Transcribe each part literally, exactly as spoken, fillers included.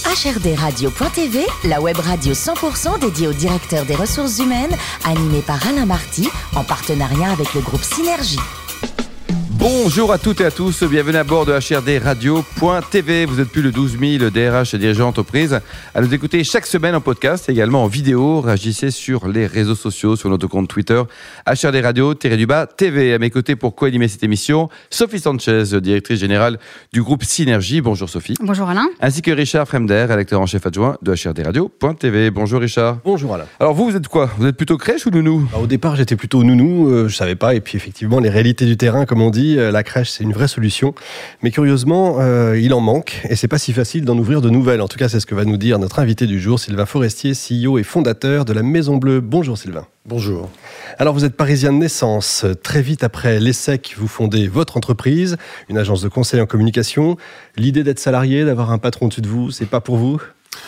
H R D radio point T V, la web radio cent pour cent dédiée au directeur des ressources humaines, animée par Alain Marty, en partenariat avec le groupe Synergie. Bonjour à toutes et à tous, bienvenue à bord de H R D radio point T V. Vous êtes plus de douze mille D R H et dirigeants d'entreprise à nous écouter chaque semaine en podcast et également en vidéo. Réagissez sur les réseaux sociaux, sur notre compte Twitter, H R D radio-du-bas T V. À mes côtés pour co-animer cette émission, Sophie Sanchez, directrice générale du groupe Synergie. Bonjour Sophie. Bonjour Alain. Ainsi que Richard Fremder, rédacteur en chef adjoint de H R D radio point T V. Bonjour Richard. Bonjour Alain. Alors vous, vous êtes quoi ? Vous êtes plutôt crèche ou nounou ? Alors, au départ, j'étais plutôt nounou, euh, je savais pas. Et puis effectivement, les réalités du terrain, comme on dit, euh, la crèche, c'est une vraie solution. Mais curieusement, euh, il en manque et c'est pas si facile d'en ouvrir de nouvelles. En tout cas, c'est ce que va nous dire notre invité du jour, Sylvain Forestier, C E O et fondateur de la Maison Bleue. Bonjour Sylvain. Bonjour. Alors vous êtes parisien de naissance. Très vite après l'ESSEC, vous fondez votre entreprise, une agence de conseil en communication. L'idée d'être salarié, d'avoir un patron au-dessus de vous, c'est pas pour vous ?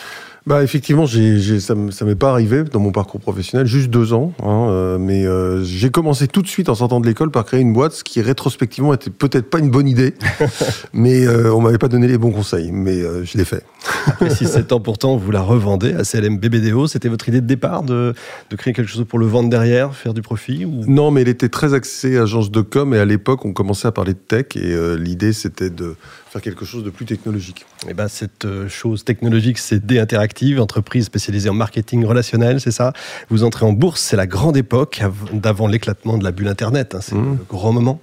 Bah effectivement, j'ai, j'ai, ça ne m'est pas arrivé dans mon parcours professionnel, juste deux ans. Hein, euh, mais euh, j'ai commencé tout de suite en sortant de l'école par créer une boîte, ce qui rétrospectivement était peut-être pas une bonne idée, mais euh, on m'avait pas donné les bons conseils, mais euh, je l'ai fait. Après six sept ans pourtant, vous la revendez à C L M B B D O. C'était votre idée de départ de, de créer quelque chose pour le vendre derrière, faire du profit ou... Non, mais elle était très axée agence de com et à l'époque, on commençait à parler de tech et euh, l'idée c'était de faire quelque chose de plus technologique. Et ben, cette chose technologique, c'est D Interactive, entreprise spécialisée en marketing relationnel, c'est ça ? Vous entrez en bourse, c'est la grande époque d'avant l'éclatement de la bulle Internet, hein, c'est mmh. le grand moment.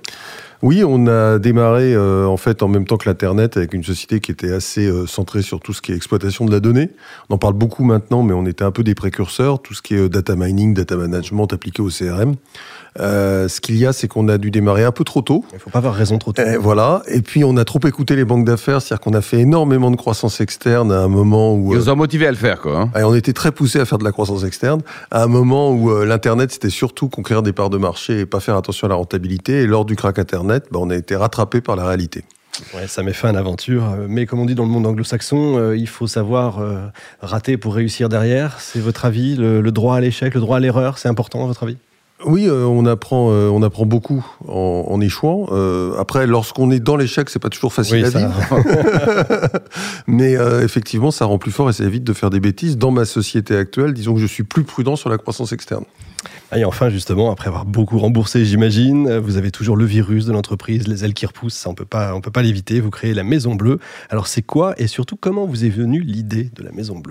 Oui, on a démarré euh, en fait en même temps que l'Internet avec une société qui était assez euh, centrée sur tout ce qui est exploitation de la donnée. On en parle beaucoup maintenant, mais on était un peu des précurseurs, tout ce qui est euh, data mining, data management appliqué au C R M. Euh, ce qu'il y a, c'est qu'on a dû démarrer un peu trop tôt. Il ne faut pas avoir raison trop tôt. Et voilà. Et puis, on a trop écouté les banques d'affaires, c'est-à-dire qu'on a fait énormément de croissance externe à un moment où... Ils nous ont motivés à le faire, quoi. Hein. Et on était très poussés à faire de la croissance externe, à un moment où euh, l'Internet, c'était surtout conquérir des parts de marché et pas faire attention à la rentabilité. Et lors du crack Internet, bah, on a été rattrapés par la réalité. Ouais, ça met fin à l'aventure. Mais comme on dit dans le monde anglo-saxon, euh, il faut savoir euh, rater pour réussir derrière. C'est votre avis, le, le droit à l'échec, le droit à l'erreur, c'est important à votre avis ? Oui, euh, on apprend, euh, on apprend beaucoup en, en échouant. Euh, après, lorsqu'on est dans l'échec, c'est pas toujours facile oui, à ça... vivre. Mais euh, effectivement, ça rend plus fort et ça évite de faire des bêtises. Dans ma société actuelle, disons que je suis plus prudent sur la croissance externe. Et enfin, justement, après avoir beaucoup remboursé, j'imagine, vous avez toujours le virus de l'entreprise, les ailes qui repoussent, ça, on peut pas, on peut pas l'éviter. Vous créez la Maison Bleue. Alors, c'est quoi et surtout, comment vous est venue l'idée de la Maison Bleue ?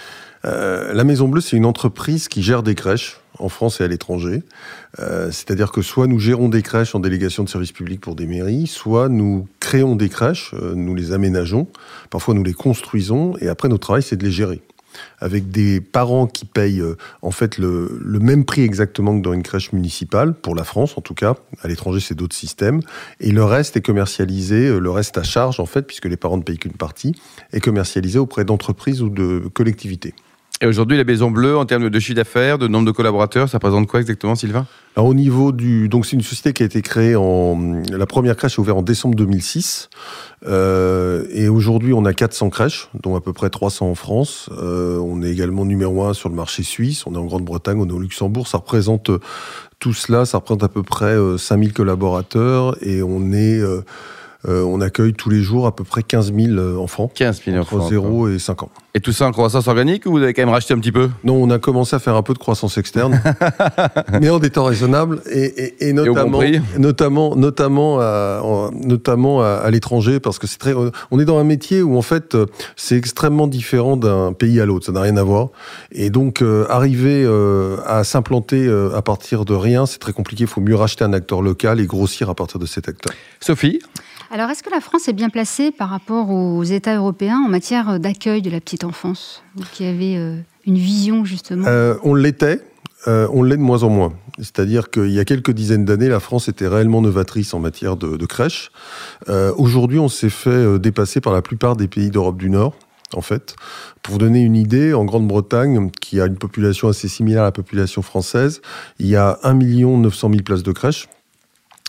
Euh, la Maison Bleue, c'est une entreprise qui gère des crèches en France et à l'étranger. Euh, c'est-à-dire que soit nous gérons des crèches en délégation de service public pour des mairies, soit nous créons des crèches, euh, nous les aménageons, parfois nous les construisons, et après notre travail, c'est de les gérer. Avec des parents qui payent euh, en fait le, le même prix exactement que dans une crèche municipale, pour la France en tout cas, à l'étranger c'est d'autres systèmes, et le reste est commercialisé, euh, le reste à charge en fait, puisque les parents ne payent qu'une partie, est commercialisé auprès d'entreprises ou de collectivités. Et aujourd'hui, la Maison Bleue, en termes de chiffre d'affaires, de nombre de collaborateurs, ça représente quoi exactement, Sylvain ? Alors, au niveau du... Donc, c'est une société qui a été créée en... La première crèche est ouverte en décembre deux mille six. Euh, et aujourd'hui, on a quatre cents crèches, dont à peu près trois cents en France. Euh, on est également numéro un sur le marché suisse. On est en Grande-Bretagne, on est au Luxembourg. Ça représente... Tout cela, ça représente à peu près cinq mille collaborateurs. Et on est... Euh, euh, on accueille tous les jours à peu près quinze mille enfants. quinze mille enfants. Entre zéro et cinq ans. Et tout ça en croissance organique ou vous avez quand même racheté un petit peu ? Non, on a commencé à faire un peu de croissance externe, mais en étant raisonnable et, et, et notamment, et notamment, notamment, à, en, notamment à, à l'étranger, parce que c'est très. On est dans un métier où en fait c'est extrêmement différent d'un pays à l'autre, ça n'a rien à voir. Et donc euh, arriver euh, à s'implanter euh, à partir de rien, c'est très compliqué. Il faut mieux racheter un acteur local et grossir à partir de cet acteur. Sophie ? Alors, est-ce que la France est bien placée par rapport aux États européens en matière d'accueil de la petite enfance ? Vous qui avez euh, une vision, justement. Euh, on l'était, euh, on l'est de moins en moins. C'est-à-dire qu'il y a quelques dizaines d'années, la France était réellement novatrice en matière de, de crèche. Euh, aujourd'hui, on s'est fait euh, dépasser par la plupart des pays d'Europe du Nord. En fait, pour vous donner une idée, en Grande-Bretagne, qui a une population assez similaire à la population française, il y a un million neuf cent mille places de crèche.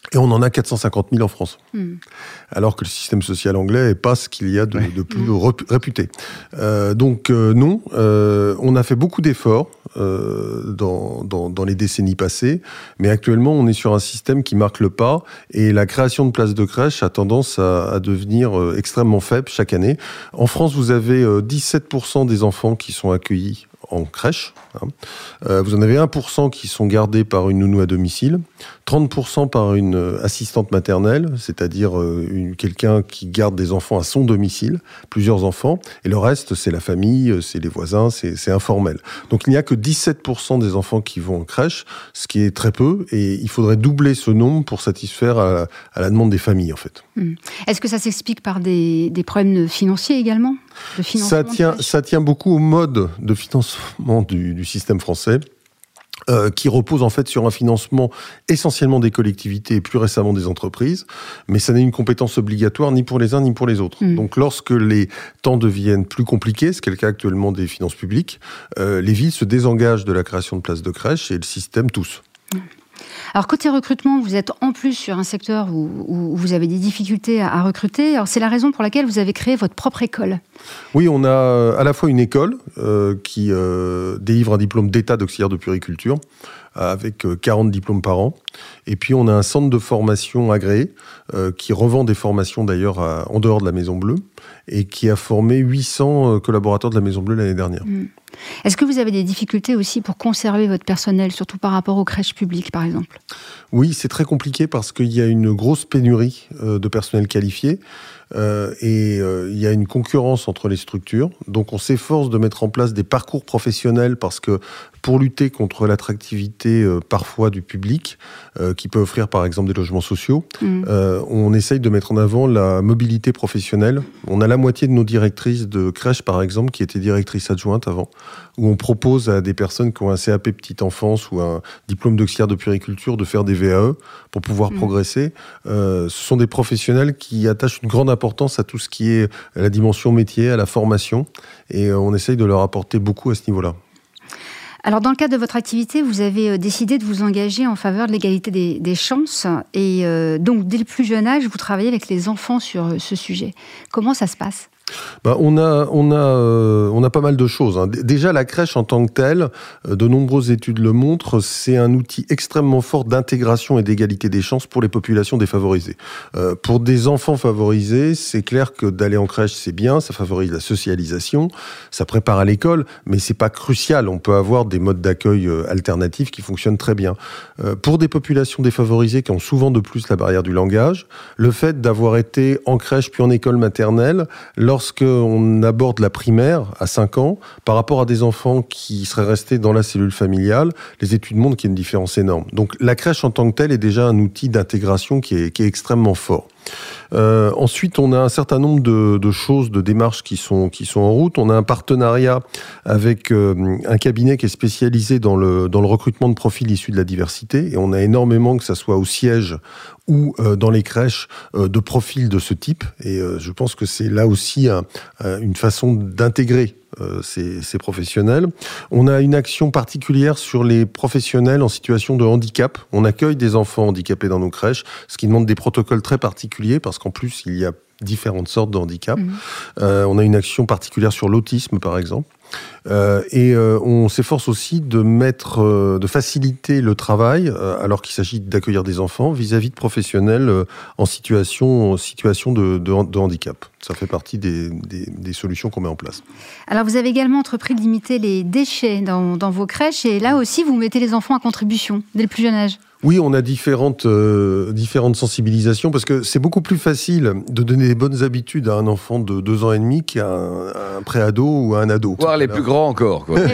Et on en a quatre cent cinquante mille en France. Mmh. Alors que le système social anglais n'est pas ce qu'il y a de, ouais. de plus mmh. réputé. Euh, donc euh, non, euh, on a fait beaucoup d'efforts euh, dans, dans, dans les décennies passées, mais actuellement on est sur un système qui marque le pas, et la création de places de crèche a tendance à, à devenir euh, extrêmement faible chaque année. En France, vous avez euh, dix-sept pour cent des enfants qui sont accueillis en crèche. Hein. Euh, vous en avez un pour cent qui sont gardés par une nounou à domicile, trente pour cent par une assistante maternelle, c'est-à-dire euh, une, quelqu'un qui garde des enfants à son domicile, plusieurs enfants, et le reste, c'est la famille, c'est les voisins, c'est, c'est informel. Donc il n'y a que dix-sept pour cent des enfants qui vont en crèche, ce qui est très peu, et il faudrait doubler ce nombre pour satisfaire à, à la demande des familles, en fait. Mmh. Est-ce que ça s'explique par des, des problèmes financiers également ? De ça, tient, ça tient beaucoup au mode de financement du, du système français, euh, qui repose en fait sur un financement essentiellement des collectivités et plus récemment des entreprises, mais ça n'est une compétence obligatoire ni pour les uns ni pour les autres. Mmh. Donc lorsque les temps deviennent plus compliqués, ce qui est le cas actuellement des finances publiques, euh, les villes se désengagent de la création de places de crèche et le système tousse. Mmh. Alors, côté recrutement, vous êtes en plus sur un secteur où, où vous avez des difficultés à, à recruter. Alors, c'est la raison pour laquelle vous avez créé votre propre école. Oui, on a à la fois une école euh, qui euh, délivre un diplôme d'État d'auxiliaire de puériculture, avec quarante diplômes par an. Et puis, on a un centre de formation agréé, euh, qui revend des formations d'ailleurs à, en dehors de la Maison Bleue, et qui a formé huit cents collaborateurs de la Maison Bleue l'année dernière. Mmh. Est-ce que vous avez des difficultés aussi pour conserver votre personnel, surtout par rapport aux crèches publiques, par exemple ? Oui, c'est très compliqué parce qu'il y a une grosse pénurie euh, de personnel qualifié. Euh, et euh, il y a une concurrence entre les structures. Donc on s'efforce de mettre en place des parcours professionnels parce que pour lutter contre l'attractivité euh, parfois du public, euh, qui peut offrir par exemple des logements sociaux, mmh. euh, on essaye de mettre en avant la mobilité professionnelle. On a la moitié de nos directrices de crèche par exemple qui étaient directrices adjointes avant, où on propose à des personnes qui ont un C A P petite enfance ou un diplôme d'auxiliaire de puériculture de faire des V A E pour pouvoir mmh. progresser. Euh, ce sont des professionnels qui attachent une grande importance à tout ce qui est la dimension métier, à la formation, et on essaye de leur apporter beaucoup à ce niveau-là. Alors, dans le cadre de votre activité, vous avez décidé de vous engager en faveur de l'égalité des, des chances, et euh, donc, dès le plus jeune âge, vous travaillez avec les enfants sur ce sujet. Comment ça se passe ? Bah, on a, on a, euh, on a pas mal de choses. Hein. Déjà, la crèche en tant que telle, euh, de nombreuses études le montrent, c'est un outil extrêmement fort d'intégration et d'égalité des chances pour les populations défavorisées. Euh, pour des enfants favorisés, c'est clair que d'aller en crèche, c'est bien, ça favorise la socialisation, ça prépare à l'école, mais c'est pas crucial. On peut avoir des modes d'accueil euh, alternatifs qui fonctionnent très bien. Euh, pour des populations défavorisées qui ont souvent de plus la barrière du langage, le fait d'avoir été en crèche puis en école maternelle, lorsqu'on aborde la primaire à cinq ans, par rapport à des enfants qui seraient restés dans la cellule familiale, les études montrent qu'il y a une différence énorme. Donc la crèche en tant que telle est déjà un outil d'intégration qui est, qui est extrêmement fort. Euh, ensuite, on a un certain nombre de, de choses, de démarches qui sont, qui sont en route. On a un partenariat avec euh, un cabinet qui est spécialisé dans le, dans le recrutement de profils issus de la diversité. Et on a énormément, que ça soit au siège ou euh, dans les crèches, euh, de profils de ce type. Et euh, je pense que c'est là aussi un, un, une façon d'intégrer Euh, ces, ces professionnels. On a une action particulière sur les professionnels en situation de handicap. On accueille des enfants handicapés dans nos crèches, ce qui demande des protocoles très particuliers parce qu'en plus, il y a différentes sortes de handicap. Mmh. Euh, on a une action particulière sur l'autisme, par exemple. Euh, et euh, on s'efforce aussi de mettre, euh, de faciliter le travail, euh, alors qu'il s'agit d'accueillir des enfants, vis-à-vis de professionnels euh, en situation, en situation de, de, de handicap. Ça fait partie des, des, des solutions qu'on met en place. Alors, vous avez également entrepris de limiter les déchets dans, dans vos crèches, et là aussi, vous mettez les enfants à contribution, dès le plus jeune âge. Oui, on a différentes, euh, différentes sensibilisations, parce que c'est beaucoup plus facile de donner des bonnes habitudes à un enfant de deux ans et demi qu'à un, à un préado ou à un ado. Voire les plus grands encore, quoi.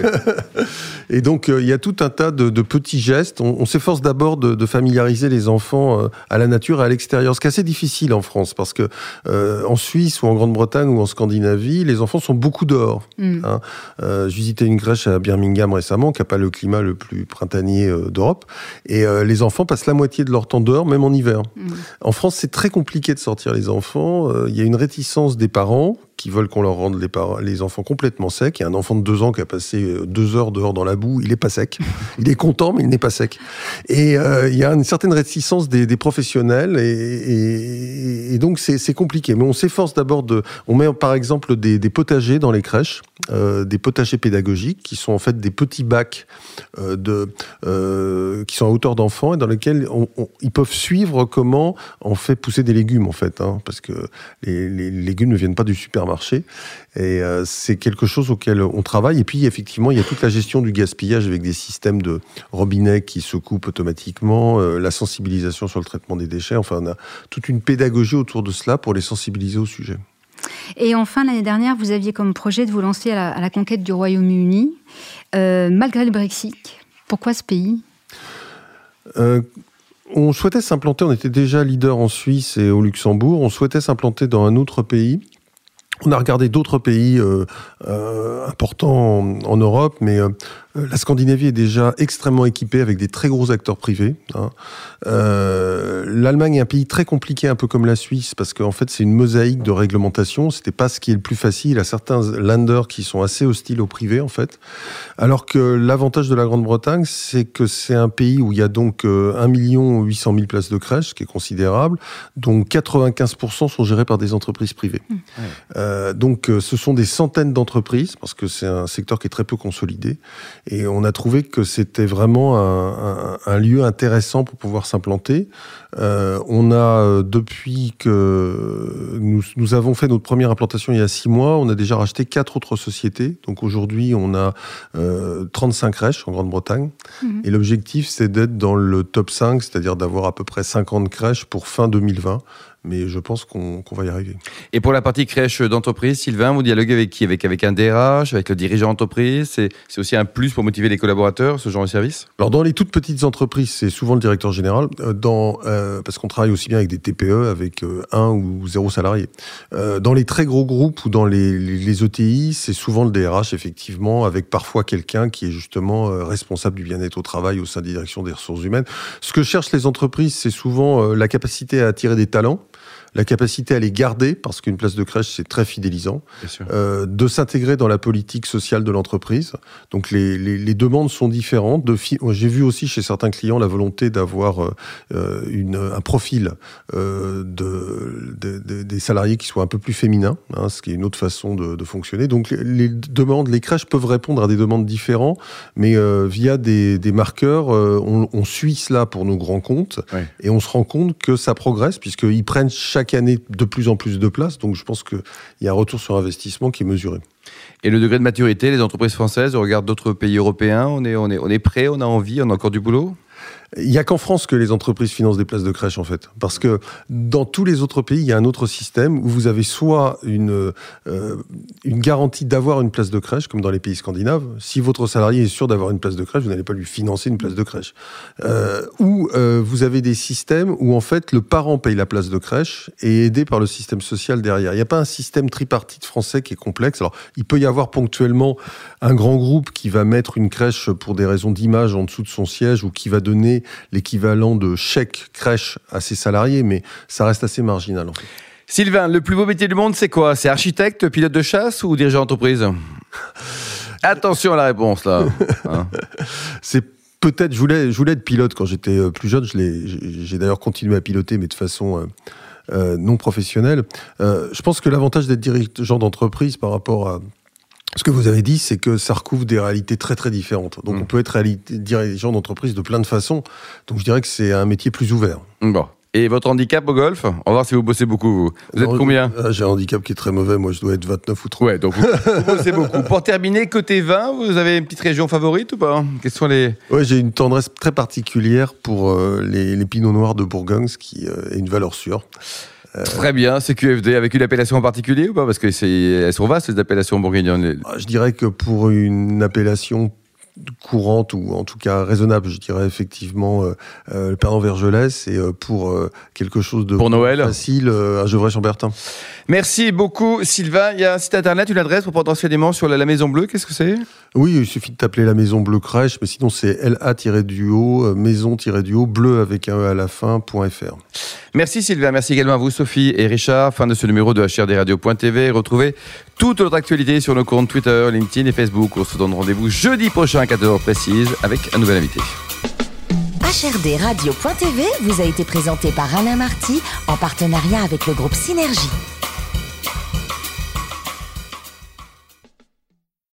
Et donc, il euh, y a tout un tas de, de petits gestes. On, on s'efforce d'abord de, de familiariser les enfants euh, à la nature et à l'extérieur, ce qui est assez difficile en France, parce que euh, en Suisse ou en Grande-Bretagne ou en Scandinavie, les enfants sont beaucoup dehors. Mm. Hein. Euh, je visitais une crèche à Birmingham récemment, qui n'a pas le climat le plus printanier euh, d'Europe, et euh, les enfants passent la moitié de leur temps dehors, même en hiver. Mm. En France, c'est très compliqué de sortir les enfants. Il euh, y a une réticence des parents qui veulent qu'on leur rende les, par- les enfants complètement secs. Il y a un enfant de deux ans qui a passé deux heures dehors dans la boue, il n'est pas sec. Il est content, mais il n'est pas sec. Et euh, il y a une certaine réticence des, des professionnels, et, et, et donc c'est, c'est compliqué. Mais on s'efforce d'abord de... On met par exemple des, des potagers dans les crèches, euh, des potagers pédagogiques, qui sont en fait des petits bacs euh, de, euh, qui sont à hauteur d'enfants, et dans lesquels on, on, ils peuvent suivre comment on fait pousser des légumes, en fait, hein, parce que les, les légumes ne viennent pas du supermarché. Et euh, c'est quelque chose auquel on travaille. Et puis, effectivement, il y a toute la gestion du gaspillage avec des systèmes de robinets qui se coupent automatiquement, euh, la sensibilisation sur le traitement des déchets. Enfin, on a toute une pédagogie autour de cela pour les sensibiliser au sujet. Et enfin, l'année dernière, vous aviez comme projet de vous lancer à la, à la conquête du Royaume-Uni, euh, malgré le Brexit. Pourquoi ce pays ? euh, On souhaitait s'implanter, on était déjà leader en Suisse et au Luxembourg, on souhaitait s'implanter dans un autre pays. On a regardé d'autres pays euh, euh, importants en, en Europe, mais euh, la Scandinavie est déjà extrêmement équipée avec des très gros acteurs privés. Hein. Euh, L'Allemagne est un pays très compliqué, un peu comme la Suisse, parce qu'en fait, c'est une mosaïque de réglementation. C'était pas ce qui est le plus facile. Il y a certains lenders qui sont assez hostiles au privé, en fait. Alors que l'avantage de la Grande-Bretagne, c'est que c'est un pays où il y a donc euh, un million huit cent mille places de crèche, ce qui est considérable, dont quatre-vingt-quinze pour cent sont gérées par des entreprises privées. Mmh. Euh, donc, euh, ce sont des centaines d'entreprises, parce que c'est un secteur qui est très peu consolidé. Et on a trouvé que c'était vraiment un, un, un lieu intéressant pour pouvoir s'implanter. Euh, on a, depuis que nous, nous avons fait notre première implantation il y a six mois, on a déjà racheté quatre autres sociétés. Donc aujourd'hui, on a euh, trente-cinq crèches en Grande-Bretagne. Mmh. Et l'objectif, c'est d'être dans le top cinq, c'est-à-dire d'avoir à peu près cinquante crèches pour fin deux mille vingt. Mais je pense qu'on, qu'on va y arriver. Et pour la partie crèche d'entreprise, Sylvain, vous dialoguez avec qui ? avec, avec un D R H, avec le dirigeant d'entreprise ? c'est, c'est aussi un plus pour motiver les collaborateurs, ce genre de service ? Alors, dans les toutes petites entreprises, c'est souvent le directeur général, dans, euh, parce qu'on travaille aussi bien avec des T P E, avec euh, un ou zéro salarié. Euh, dans les très gros groupes ou dans les, les, les E T I, c'est souvent le D R H, effectivement, avec parfois quelqu'un qui est justement euh, responsable du bien-être au travail au sein des directions des ressources humaines. Ce que cherchent les entreprises, c'est souvent euh, la capacité à attirer des talents, la capacité à les garder, parce qu'une place de crèche, c'est très fidélisant, euh, de s'intégrer dans la politique sociale de l'entreprise. Donc les, les, les demandes sont différentes. De fi- J'ai vu aussi chez certains clients la volonté d'avoir euh, une, un profil euh, de, de, de, des salariés qui soit un peu plus féminin, hein, ce qui est une autre façon de, de fonctionner. Donc les, les demandes, les crèches peuvent répondre à des demandes différentes, mais euh, via des, des marqueurs, euh, on, on suit cela pour nos grands comptes, ouais. Et on se rend compte que ça progresse, puisqu'ils prennent chaque Chaque année de plus en plus de place, donc je pense qu'il y a un retour sur investissement qui est mesuré. Et le degré de maturité, les entreprises françaises, au regard d'autres pays européens, on est, on est, on est prêt, on a envie, on a encore du boulot ? Il n'y a qu'en France que les entreprises financent des places de crèche, en fait. Parce que dans tous les autres pays, il y a un autre système où vous avez soit une, euh, une garantie d'avoir une place de crèche, comme dans les pays scandinaves. Si votre salarié est sûr d'avoir une place de crèche, vous n'allez pas lui financer une place de crèche. Euh, ou euh, vous avez des systèmes où, en fait, le parent paye la place de crèche et est aidé par le système social derrière. Il n'y a pas un système tripartite français qui est complexe. Alors, il peut y avoir ponctuellement un grand groupe qui va mettre une crèche pour des raisons d'image en dessous de son siège ou qui va donner l'équivalent de chèque crèche à ses salariés, mais ça reste assez marginal en fait. Sylvain, le plus beau métier du monde, c'est quoi ? C'est architecte, pilote de chasse ou dirigeant d'entreprise ? Attention à la réponse là. Hein. C'est peut-être, je voulais, je voulais être pilote quand j'étais plus jeune. Je l'ai, j'ai, j'ai d'ailleurs continué à piloter, mais de façon euh, euh, non professionnelle. Euh, je pense que l'avantage d'être dirigeant d'entreprise par rapport à ce que vous avez dit, c'est que ça recouvre des réalités très très différentes. Donc mmh. on peut être réalité, dirigeant d'entreprise de plein de façons. Donc je dirais que c'est un métier plus ouvert. Bon. Et votre handicap au golf ? On va voir si vous bossez beaucoup, vous. Vous êtes non, combien ? J'ai un handicap qui est très mauvais. Moi, je dois être vingt-neuf ou trente. Ouais, donc vous, vous bossez beaucoup. Pour terminer, côté vin, vous avez une petite région favorite ou pas ? Quels sont les... Ouais, j'ai une tendresse très particulière pour euh, les, les pinots noirs de Bourgogne, ce qui euh, est une valeur sûre. Euh... Très bien, c'est Q F D avec une appellation en particulier ou pas ? Parce que c'est, elles sont vastes, les appellations bourguignonnes. Je dirais que pour une appellation courante ou en tout cas raisonnable, je dirais effectivement euh, euh, le Père Vergelès et euh, pour euh, quelque chose de pour Noël facile, euh, un Gevrey-Chambertin. Merci beaucoup Sylvain. Il y a un site internet, une adresse pour prendre renseignements sur la, la Maison Bleue. Qu'est-ce que c'est ? Oui, il suffit de t'appeler la Maison Bleue Crèche, mais sinon c'est L A-du-haut, maison-du-haut, bleu avec un E à la fin, point F R. Merci Sylvain, merci également à vous Sophie et Richard. Fin de ce numéro de H R D radio point T V. Retrouvez toute notre actualité sur nos comptes Twitter, LinkedIn et Facebook. On se donne rendez-vous jeudi prochain à quatorze heures précises avec un nouvel invité. H R D radio point T V vous a été présenté par Alain Marty en partenariat avec le groupe Synergie.